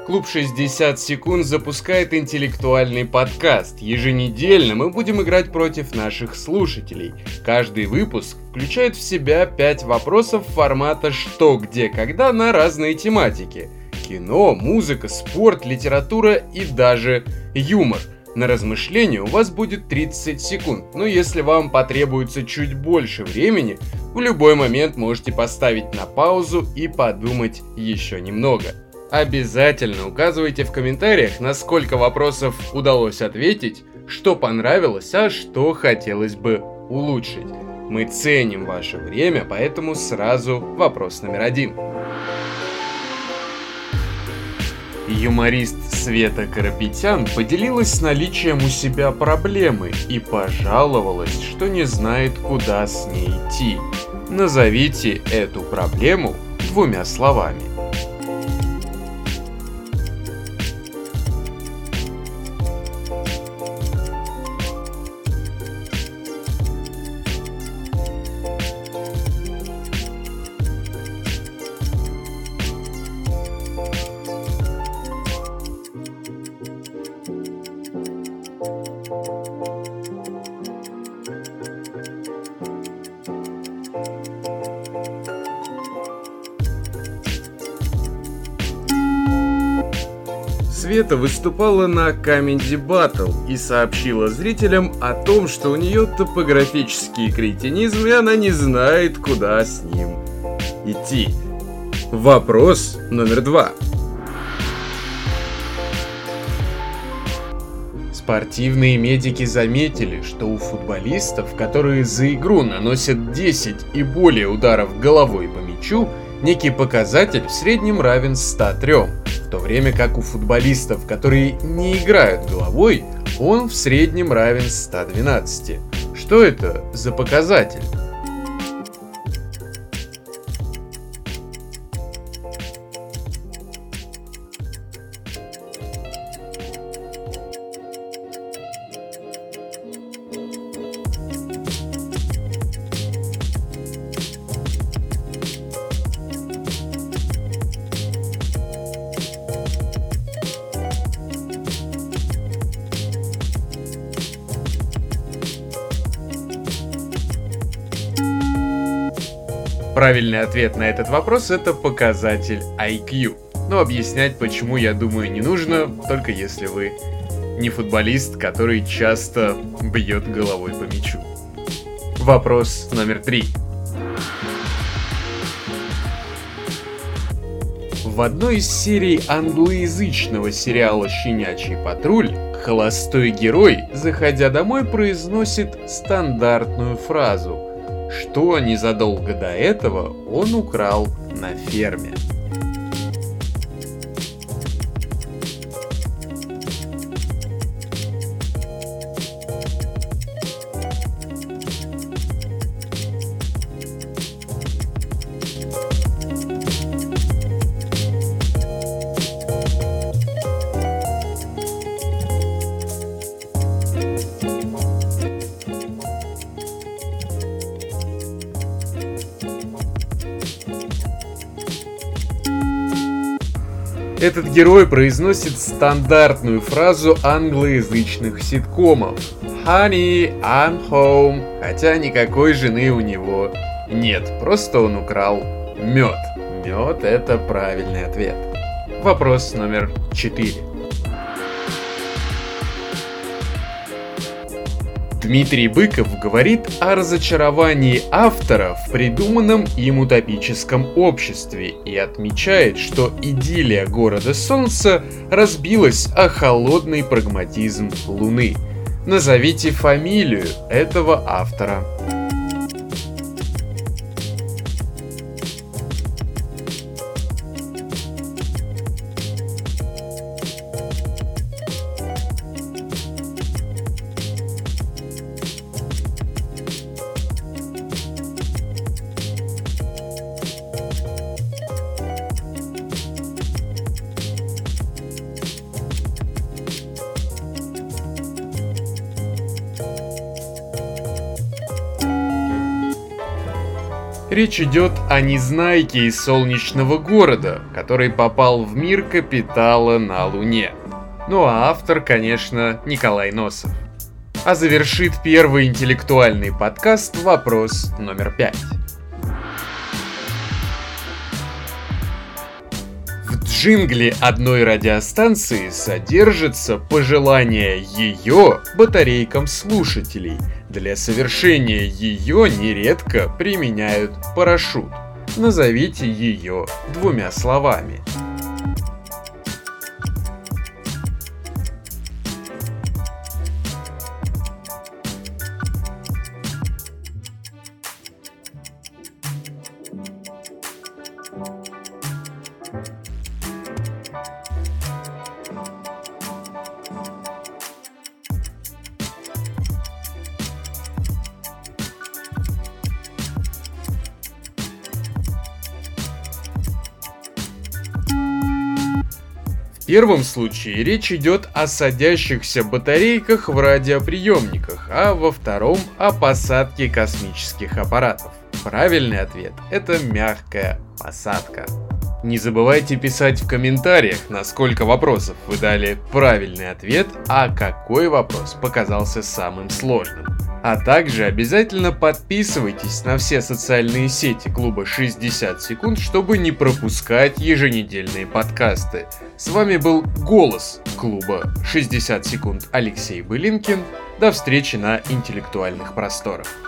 Клуб 60 секунд запускает интеллектуальный подкаст. Еженедельно мы будем играть против наших слушателей. Каждый выпуск включает в себя 5 вопросов формата «Что, где, когда» на разные тематики. Кино, музыка, спорт, литература и даже юмор. На размышление у вас будет 30 секунд, но если вам потребуется чуть больше времени, в любой момент можете поставить на паузу и подумать еще немного. Обязательно указывайте в комментариях, на сколько вопросов удалось ответить, что понравилось, а что хотелось бы улучшить. Мы ценим ваше время, поэтому сразу вопрос номер 1. Юморист Света Карапетян поделилась наличием у себя проблемы и пожаловалась, что не знает, куда с ней идти. Назовите эту проблему 2 словами. Света выступала на Comedy Battle и сообщила зрителям о том, что у нее топографический кретинизм и она не знает, куда с ним идти. Вопрос номер 2. Спортивные медики заметили, что у футболистов, которые за игру наносят 10 и более ударов головой по мячу, некий показатель в среднем равен 103, в то время как у футболистов, которые не играют головой, он в среднем равен 112. Что это за показатель? Правильный ответ на этот вопрос — это показатель IQ. Но объяснять, почему, я думаю, не нужно, только если вы не футболист, который часто бьет головой по мячу. Вопрос номер 3. В одной из серий англоязычного сериала «Щенячий патруль» холостой герой, заходя домой, произносит стандартную фразу: что незадолго до этого он украл на ферме. Этот герой произносит стандартную фразу англоязычных ситкомов «Honey, I'm home», хотя никакой жены у него нет, просто он украл мед. Мед — это правильный ответ. Вопрос номер 4. Дмитрий Быков говорит о разочаровании автора в придуманном им утопическом обществе и отмечает, что идиллия города Солнца разбилась о холодный прагматизм Луны. Назовите фамилию этого автора. Речь идет о Незнайке из солнечного города, который попал в мир капитала на Луне. Ну а автор, конечно, Николай Носов. А завершит первый интеллектуальный подкаст вопрос номер 5. В джингле одной радиостанции содержится пожелание ее батарейкам слушателей. Для совершения ее нередко применяют парашют. Назовите ее 2 словами. В первом случае речь идет о садящихся батарейках в радиоприемниках, а во втором о посадке космических аппаратов. Правильный ответ – это мягкая посадка. Не забывайте писать в комментариях, на сколько вопросов вы дали правильный ответ, а какой вопрос показался самым сложным. А также обязательно подписывайтесь на все социальные сети клуба 60 секунд, чтобы не пропускать еженедельные подкасты. С вами был голос клуба 60 секунд Алексей Былинкин. До встречи на интеллектуальных просторах.